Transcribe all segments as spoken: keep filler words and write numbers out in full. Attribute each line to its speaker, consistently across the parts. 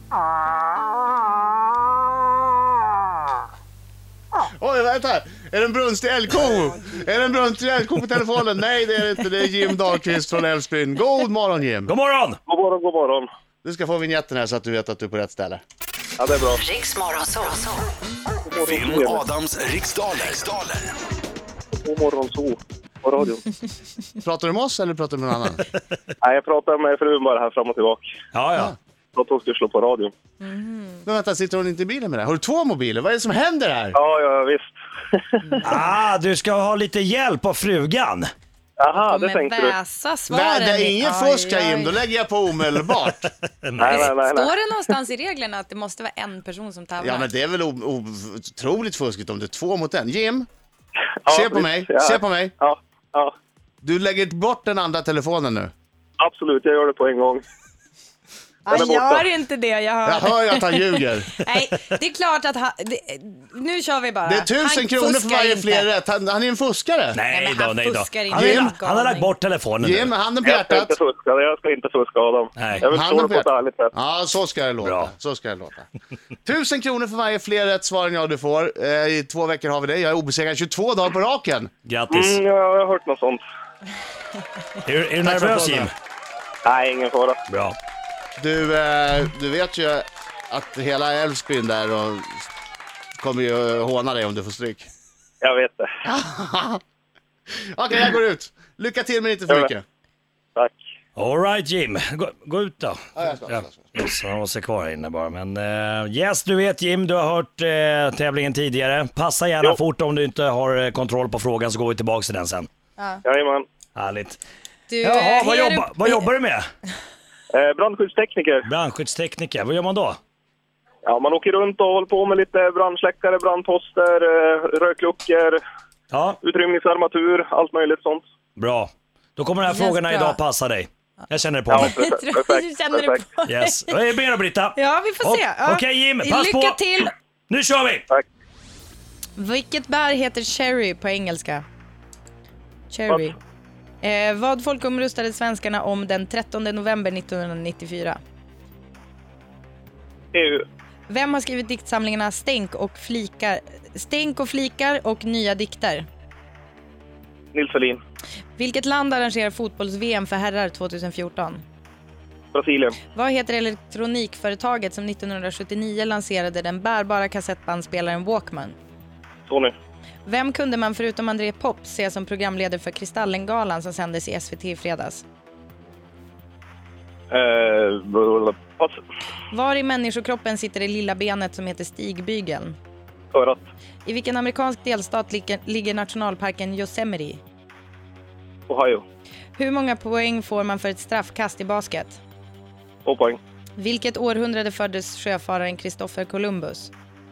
Speaker 1: Oj, vänta. Är det en brunstig älgko? Är det en brunstig älgko på telefonen? Nej, det är det inte. Det är Jim Dahlqvist från Älvsbyn. God morgon, Jim.
Speaker 2: God morgon!
Speaker 3: God morgon, god morgon.
Speaker 1: Du ska få vignetten här så att du vet att du är på rätt ställe.
Speaker 3: Ja, det är bra.
Speaker 4: Riks Morgonzoo.
Speaker 5: Vinn Adams riksdaler.
Speaker 3: God morgon, så. På radio.
Speaker 1: Pratar du med oss eller pratar du med någon annan?
Speaker 3: Nej, jag pratar med frun bara här fram och tillbaka.
Speaker 2: Ja, ja.
Speaker 3: Så att hon ska slå på radio.
Speaker 1: Men vänta, sitter hon inte i bilen med det? Har du två mobiler? Vad är det som händer här?
Speaker 3: Ja, ja, visst.
Speaker 2: Ah, du ska ha lite hjälp av frugan.
Speaker 3: Jaha, det
Speaker 6: Men
Speaker 3: tänkte du.
Speaker 6: väsa svaren.
Speaker 1: Det är ingen
Speaker 6: Oj,
Speaker 1: fusk här, Jim. Då lägger jag på omedelbart.
Speaker 3: Nej, nej, nej, nej.
Speaker 6: Står det någonstans i reglerna att det måste vara en person som tävlar?
Speaker 1: Ja, men det är väl o- o- otroligt fuskigt om det är två mot en. Jim,
Speaker 3: Ja,
Speaker 1: se på
Speaker 3: visst,
Speaker 1: mig.
Speaker 3: ja.
Speaker 1: Se på mig.
Speaker 3: Ja, ja.
Speaker 1: Du lägger bort den andra telefonen nu.
Speaker 3: Absolut, jag gör det på en gång.
Speaker 6: Han
Speaker 3: Den är borta.
Speaker 6: gör inte det, jag
Speaker 1: Jag
Speaker 6: hör.
Speaker 1: hör ju att han ljuger.
Speaker 6: Nej, det är klart att han... Det, nu kör vi bara.
Speaker 1: Det är tusen
Speaker 6: Han
Speaker 1: kronor för
Speaker 6: fuskar
Speaker 1: varje
Speaker 6: inte.
Speaker 1: fler rätt. Han, han är en fuskare.
Speaker 2: Nej,
Speaker 6: men
Speaker 2: då,
Speaker 6: han
Speaker 2: nej då.
Speaker 6: fuskar inte.
Speaker 2: Han,
Speaker 1: Jim,
Speaker 2: har- han har lagt bort telefonen
Speaker 1: Jim,
Speaker 2: nu.
Speaker 1: handen på
Speaker 3: Jag ska inte
Speaker 1: hjärtat.
Speaker 3: fuska, jag ska inte fuska, Adam.
Speaker 2: Nej.
Speaker 3: Jag vill stå
Speaker 1: Handen
Speaker 3: det på ett
Speaker 1: på
Speaker 3: ärligt sätt.
Speaker 1: Ja, så ska det låta.
Speaker 2: Bra.
Speaker 1: Så ska det låta. Tusen kronor för varje fler rätt svar än jag du får. Eh, I två veckor har vi det. Jag är obesegrad tjugotvå dagar på raken.
Speaker 2: Grattis.
Speaker 3: Mm, ja, jag har hört något sånt.
Speaker 2: Är, du- är du
Speaker 1: Tack för
Speaker 2: nervös,
Speaker 1: applåderna.
Speaker 2: Jim?
Speaker 3: Nej, ingen fara.
Speaker 2: Bra.
Speaker 1: Du, eh, du vet ju att hela Älvsbyn där och kommer ju håna dig om du får stryk.
Speaker 3: Jag vet det.
Speaker 1: Okej, jag går ut. Lycka till men inte för
Speaker 3: Ja.
Speaker 1: mycket.
Speaker 3: Tack.
Speaker 2: All right, Jim. Gå, gå ut då.
Speaker 1: Ja, jag ska, jag ska, jag ska.
Speaker 2: Yes, han måste kvar här inne bara. Men uh, yes, du vet Jim, du har hört uh, tävlingen tidigare. Passa gärna
Speaker 3: Jo.
Speaker 2: fort om du inte har eh, kontroll på frågan så går vi tillbaka till den sen.
Speaker 3: Jajamän.
Speaker 2: Härligt.
Speaker 6: Du,
Speaker 2: Jaha,
Speaker 6: eh,
Speaker 2: vad,
Speaker 6: är
Speaker 2: jobba,
Speaker 6: du-
Speaker 2: vad jobbar du med?
Speaker 3: Eh, brandskyddstekniker.
Speaker 2: Brandskyddstekniker. Vad gör man då?
Speaker 3: Ja, man åker runt och håller på med lite brandsläckare, brandposter, eh, rökluckor,
Speaker 2: Ja,
Speaker 3: utrymningsarmatur, allt möjligt sånt.
Speaker 2: bra. Då kommer de här
Speaker 6: Känns
Speaker 2: frågorna
Speaker 6: bra.
Speaker 2: idag passa dig. Jag känner det på
Speaker 3: Ja,
Speaker 2: mig.
Speaker 3: perfekt.
Speaker 6: Jag tror du
Speaker 3: perfekt,
Speaker 6: känner det
Speaker 3: perfekt.
Speaker 6: på dig.
Speaker 2: Yes. Vad är det mer då, Britta?
Speaker 6: Ja, vi får se.
Speaker 2: O-
Speaker 6: Ja.
Speaker 2: Okej, Jim, pass
Speaker 6: Lycka
Speaker 2: på.
Speaker 6: till!
Speaker 2: Nu kör vi!
Speaker 3: Tack.
Speaker 6: Vilket bär heter cherry på engelska? Cherry. Eh, vad folkomröstade svenskarna om den trettonde november nittonhundranittiofyra?
Speaker 3: E U.
Speaker 6: Vem har skrivit diktsamlingarna Stänk och flikar, Stänk och flikar och nya dikter?
Speaker 3: Nils Ferlin.
Speaker 6: Vilket land arrangerar fotbolls-V M för herrar tjugohundrafjorton?
Speaker 3: Brasilien.
Speaker 6: Vad heter elektronikföretaget som nittonhundrasjuttionio lanserade den bärbara kassettbandspelaren Walkman?
Speaker 3: Tony.
Speaker 6: Vem kunde man förutom André Pop se som programledare för Kristallengalan som sändes i S V T i fredags?
Speaker 3: Eh, pass.
Speaker 6: Var i människokroppen sitter det lilla benet som heter stigbygeln?
Speaker 3: Örat.
Speaker 6: I vilken amerikansk delstat ligger, ligger nationalparken Yosemite?
Speaker 3: Ohio.
Speaker 6: Hur många poäng får man för ett straffkast i basket?
Speaker 3: Två poäng.
Speaker 6: Vilket århundrade föddes sjöfararen Christopher Columbus?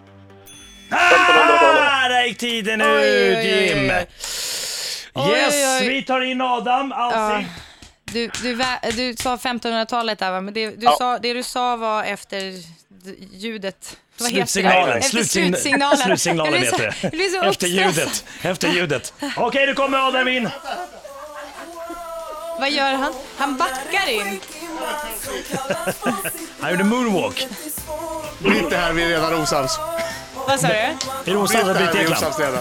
Speaker 2: Ah, där gick tiden ut,
Speaker 6: Oj, oj, oj,
Speaker 2: Jim.
Speaker 6: oj. Oj,
Speaker 2: Yes,
Speaker 6: oj, oj.
Speaker 2: vi tar in Adam. Alsing.
Speaker 6: Du, du, vä- du sa femtonhundratalet där, va? Men det du,
Speaker 3: Ja.
Speaker 6: sa, det du sa var efter d- ljudet. Vad heter det?
Speaker 2: Slutsignalen.
Speaker 6: Efter
Speaker 2: Slutsign-
Speaker 6: slutsignalen.
Speaker 2: Slutsignalen
Speaker 6: Jag blir så-
Speaker 2: heter
Speaker 6: jag blir så
Speaker 2: det. Efter
Speaker 6: uppstressad.
Speaker 2: ljudet. Efter ljudet. Okej, nu kommer Adam in.
Speaker 6: Vad gör han? Han backar in.
Speaker 2: Han gjorde moonwalk.
Speaker 1: Britt är här, vi är redan osams.
Speaker 6: Vad sa du?
Speaker 2: Är det onsdags
Speaker 1: Britt
Speaker 2: att
Speaker 1: är här,
Speaker 2: bli
Speaker 1: vi är
Speaker 2: teklam?
Speaker 1: osams redan.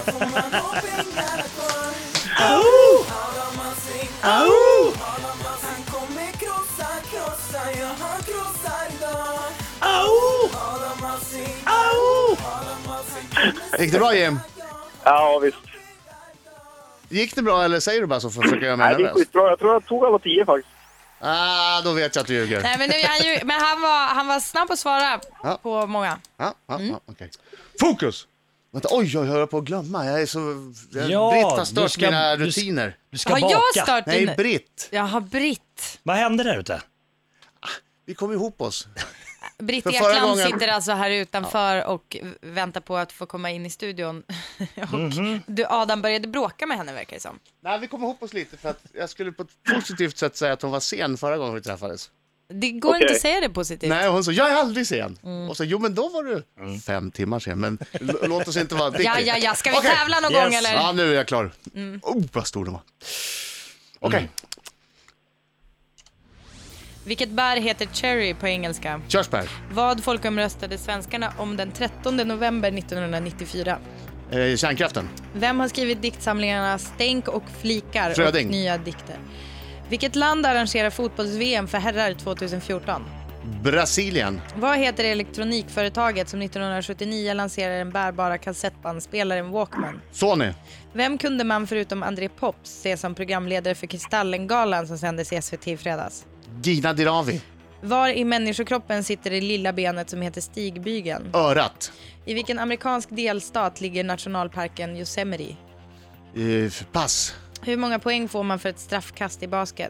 Speaker 1: Gick det bra, Jim?
Speaker 3: Ja, visst.
Speaker 1: Gick det bra eller säger du bara så för att försöka göra mig
Speaker 3: Nej, det är
Speaker 1: nervös?
Speaker 3: skitbra. Jag tror jag tog alla tio faktiskt.
Speaker 1: Ah, då vet jag att du ljuger.
Speaker 6: Nej, men, nu, är han ju, men han, var, han var snabb att svara
Speaker 1: Ja.
Speaker 6: på många.
Speaker 1: Ja, ja, ja, okej. Fokus! Vänta, oj, jag höll på att glömma. Jag är så... Jag,
Speaker 2: Ja,
Speaker 1: Britt har
Speaker 2: du
Speaker 1: stört
Speaker 2: ska-
Speaker 1: mina
Speaker 2: du-
Speaker 1: rutiner.
Speaker 2: Du ska
Speaker 6: Har
Speaker 2: baka.
Speaker 6: jag stört
Speaker 1: Nej,
Speaker 6: din...
Speaker 1: Britt.
Speaker 6: Jaha, Britt.
Speaker 2: Vad hände där ute?
Speaker 1: Vi kom ihop oss.
Speaker 6: Britt
Speaker 1: För förra
Speaker 6: Ekland
Speaker 1: gången-
Speaker 6: sitter alltså här utanför och väntar på att få komma in i studion. och
Speaker 1: Mhm.
Speaker 6: du, Adam började bråka med henne, verkar det som.
Speaker 1: Nej, vi kom ihop oss lite för att jag skulle på ett positivt sätt säga att hon var sen förra gången vi träffades.
Speaker 6: Det går
Speaker 3: Okej.
Speaker 6: inte att säga det positivt.
Speaker 1: Nej, hon sa, jag är aldrig sen.
Speaker 6: Mm.
Speaker 1: Och så, jo men då var du fem timmar sen, men l- låt oss inte vara
Speaker 6: Ja,
Speaker 1: riktigt.
Speaker 6: ja, ja. Ska vi
Speaker 1: Okej.
Speaker 6: tävla någon
Speaker 2: Yes.
Speaker 6: gång eller?
Speaker 1: Ja, nu är jag klar.
Speaker 6: Mm.
Speaker 1: Oh, vad stor den var. Okej.
Speaker 6: Vilket bär heter cherry på engelska?
Speaker 1: Körsbär.
Speaker 6: Vad folkomröstade svenskarna om den trettonde november nittonhundranittiofyra?
Speaker 1: Eh, kärnkraften.
Speaker 6: Vem har skrivit diktsamlingarna Stänk och flikar
Speaker 1: Fröding.
Speaker 6: och nya dikter? Vilket land arrangerar fotbolls-V M för herrar tjugohundrafjorton?
Speaker 1: Brasilien.
Speaker 6: Vad heter elektronikföretaget som nittonhundrasjuttionio lanserade den bärbara kassettbandspelaren Walkman?
Speaker 1: Sony.
Speaker 6: Vem kunde man förutom André Pops se som programledare för Kristallengalan som sändes i S V T i fredags?
Speaker 1: Gina Dirawi.
Speaker 6: Var i människokroppen sitter det lilla benet som heter stigbygeln?
Speaker 1: Örat.
Speaker 6: I vilken amerikansk delstat ligger nationalparken Yosemite?
Speaker 1: Eh, pass.
Speaker 6: Hur många poäng får man för ett straffkast i basket?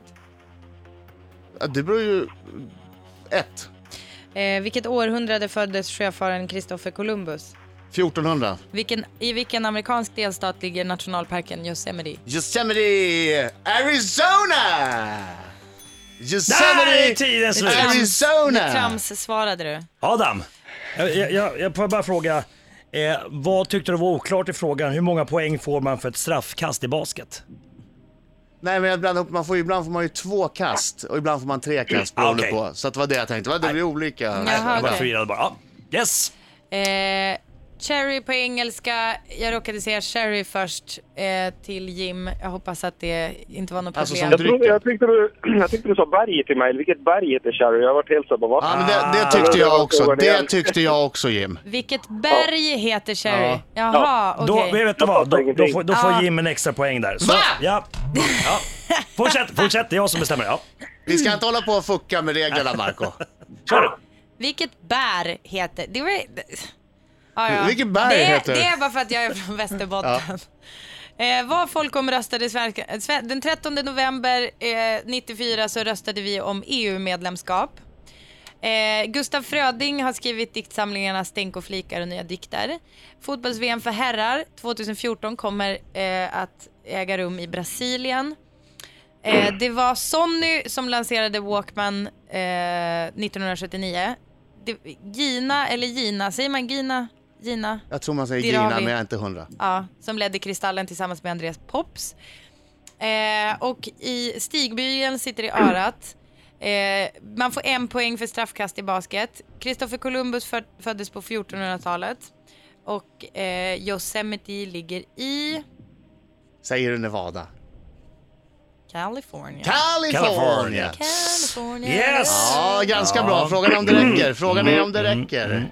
Speaker 1: Ja, det beror ju... Ett.
Speaker 6: Eh, vilket århundrade föddes sjöfararen Christopher Columbus?
Speaker 1: fjortonhundra.
Speaker 6: Vilken, I vilken amerikansk delstat ligger nationalparken Yosemite?
Speaker 1: Yosemite, Arizona!
Speaker 2: Där är
Speaker 1: Yosemite,
Speaker 2: tiden slut.
Speaker 6: Med
Speaker 1: Arizona!
Speaker 6: trams svarade du.
Speaker 2: Adam, jag, jag, jag får bara fråga, eh, vad tyckte du var oklart i frågan? Hur många poäng får man för ett straffkast i basket?
Speaker 1: Nej, men ibland, man får, ibland får man ju två kast och ibland får man tre kast beroende
Speaker 2: Okej.
Speaker 1: på. Så att det var det jag tänkte. Det blir olika.
Speaker 6: Jaha,
Speaker 2: Jag bara
Speaker 6: okej.
Speaker 2: förvirrade bara. Ja. Yes!
Speaker 6: Eh, cherry på engelska. Jag råkade säga cherry först eh, till Jim. Jag hoppas att det inte var något
Speaker 1: Alltså,
Speaker 6: problem.
Speaker 1: som
Speaker 3: Jag,
Speaker 1: dryck.
Speaker 3: trodde, jag, tyckte du, jag tyckte du sa berg till mig. Vilket berg heter Cherry? Jag har varit helt så på vad?
Speaker 1: Ja, men det, det
Speaker 2: Ah.
Speaker 1: tyckte jag också.
Speaker 3: Frågan
Speaker 1: Det
Speaker 3: igen.
Speaker 1: tyckte jag också, Jim.
Speaker 6: Vilket berg heter cherry?
Speaker 1: Ja.
Speaker 6: Jaha,
Speaker 2: Då,
Speaker 6: okej.
Speaker 2: vet du vad? Då, då, får, då får
Speaker 6: Ja.
Speaker 2: Jim en extra poäng där. Så,
Speaker 1: Va?
Speaker 2: Ja. Ja. Fortsätt, fortsätt. Det är jag som bestämmer. Ja.
Speaker 1: Vi ska inte hålla på och fucka med reglerna, Marco.
Speaker 2: Kör du.
Speaker 6: Vilket bär heter... Det var... Ja, ja.
Speaker 1: Vilket bär
Speaker 6: det,
Speaker 1: heter?
Speaker 6: Det är bara för att jag är från Västerbotten. Eh, vad folkomröstade svenska... Sve- Den trettonde november eh, nittiofyra så röstade vi om E U-medlemskap. Eh, Gustav Fröding har skrivit diktsamlingarna Stänk och flikar och nya dikter. Fotbolls-V M för herrar tjugohundrafjorton kommer eh, att äga rum i Brasilien. Eh, det var Sony som lanserade Walkman eh, nittonhundrasjuttionio. Det, Gina, eller Gina, säger man Gina? Gina?
Speaker 1: Jag tror man säger
Speaker 6: Dirawi.
Speaker 1: Gina, men jag är inte hundra.
Speaker 6: Ja, som ledde Kristallen tillsammans med Andreas Pops. Eh, och i stigbygeln sitter i örat. Eh, man får en poäng för straffkast i basket. Christopher Columbus föd, föddes på fjortonhundratalet. Och eh, Yosemite ligger i
Speaker 1: Säger du Nevada?
Speaker 6: California.
Speaker 1: California!
Speaker 6: California.
Speaker 2: Yes!
Speaker 1: Ja, ganska bra. Frågan är om det räcker. Frågan är om det räcker.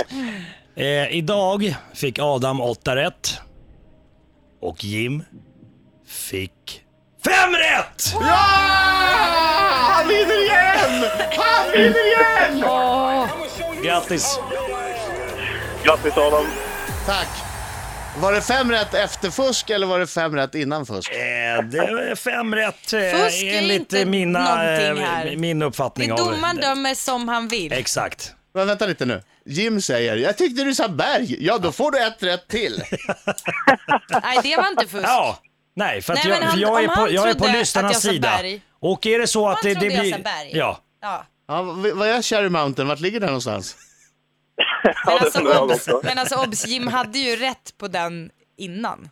Speaker 2: Eh, idag fick Adam åtta rätt. Och Jim fick fem rätt!
Speaker 1: Ja! Han vinner igen! Han vinner igen!
Speaker 2: Grattis!
Speaker 3: Grattis Adam.
Speaker 1: Tack. Var det fem rätt efter fusk eller var det fem rätt innan fusk?
Speaker 2: Eh, det är fem rätt eh,
Speaker 6: Fusk är
Speaker 2: enligt
Speaker 6: inte
Speaker 2: mina,
Speaker 6: någonting
Speaker 2: eh,
Speaker 6: här.
Speaker 2: min uppfattning
Speaker 6: Det
Speaker 2: av
Speaker 6: domaren dömer som han vill.
Speaker 2: Exakt.
Speaker 1: Men vänta lite nu. Jim säger, jag tyckte du sa berg. Ja, då får du ett rätt till.
Speaker 6: Nej, det var inte fusk.
Speaker 2: Ja, nej, för att
Speaker 6: Nej,
Speaker 2: jag,
Speaker 6: men han-
Speaker 2: för jag, är
Speaker 6: om
Speaker 2: på,
Speaker 6: han
Speaker 2: jag är på
Speaker 6: trodde
Speaker 2: lyssnarnas
Speaker 6: att jag sa
Speaker 2: sida.
Speaker 6: berg.
Speaker 2: Och är det så att
Speaker 6: Han
Speaker 2: det, det
Speaker 6: trodde jag
Speaker 2: blir...
Speaker 6: sa berg.
Speaker 2: Ja.
Speaker 6: Ja.
Speaker 1: Ja, v- vad är Cherry Mountain? Vart ligger den någonstans?
Speaker 6: Men
Speaker 3: Ja, det
Speaker 6: alltså,
Speaker 3: undrar jag
Speaker 6: obs,
Speaker 3: också.
Speaker 6: men alltså obs, Jim hade ju rätt på den innan.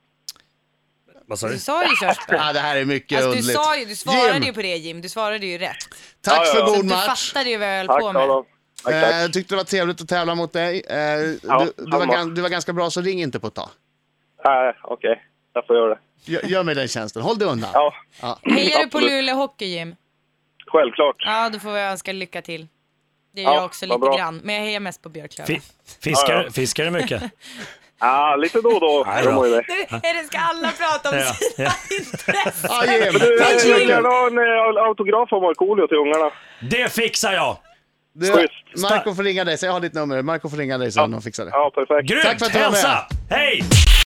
Speaker 2: Vad sa du?
Speaker 6: Du sa ju körsbär.
Speaker 1: Ja, det här är mycket
Speaker 6: Alltså, du,
Speaker 1: underligt.
Speaker 6: sa ju, du svarade
Speaker 1: Jim,
Speaker 6: ju på det Jim, du svarade ju rätt.
Speaker 1: tack
Speaker 3: Ja, ja,
Speaker 1: för
Speaker 3: ja.
Speaker 1: god
Speaker 6: Du
Speaker 1: match.
Speaker 6: fattade ju vad jag höll
Speaker 3: Tack
Speaker 6: på med.
Speaker 3: Adam. Tack, tack.
Speaker 1: Eh, tyckte det var trevligt att tävla mot dig. Eh, du, du, var,
Speaker 3: samma.
Speaker 1: gan- du var ganska bra, så ring inte på ett tag.
Speaker 3: Nej, okej. Jag får göra det.
Speaker 1: Gör, gör mig den tjänsten. Håll dig undan.
Speaker 3: Ja,
Speaker 6: Hejar du på
Speaker 3: Absolut.
Speaker 6: Luleå Hockey Jim?
Speaker 3: självklart.
Speaker 6: Ja, då får jag önska lycka till. Det gör
Speaker 3: Ja,
Speaker 6: jag också
Speaker 3: vad
Speaker 6: lite
Speaker 3: bra.
Speaker 6: grann, men jag hejar mest på Björklöven.
Speaker 2: Fi- Fiskar,
Speaker 3: Ja, ja.
Speaker 2: fiskar du mycket?
Speaker 3: Ja, lite då och då.
Speaker 2: Nej
Speaker 3: Det
Speaker 2: då.
Speaker 3: må ju det.
Speaker 6: Nu är det, ska alla prata om
Speaker 2: Ja,
Speaker 6: sina
Speaker 2: ja.
Speaker 6: intressen.
Speaker 1: Ja, Jim.
Speaker 3: Du,
Speaker 1: Tack så
Speaker 3: jag vill
Speaker 1: mycket.
Speaker 3: gärna ha en eh, autograf av Markoolio till ungarna.
Speaker 2: Det fixar jag!
Speaker 1: Du,
Speaker 3: Schysst.
Speaker 1: Marco får ringa dig, så jag har ditt nummer. Marco får ringa dig så
Speaker 3: Ja.
Speaker 1: de fixar det.
Speaker 3: Ja, perfekt.
Speaker 2: Grymt!
Speaker 1: Tack för att du var med.
Speaker 2: Hälsa! Hej!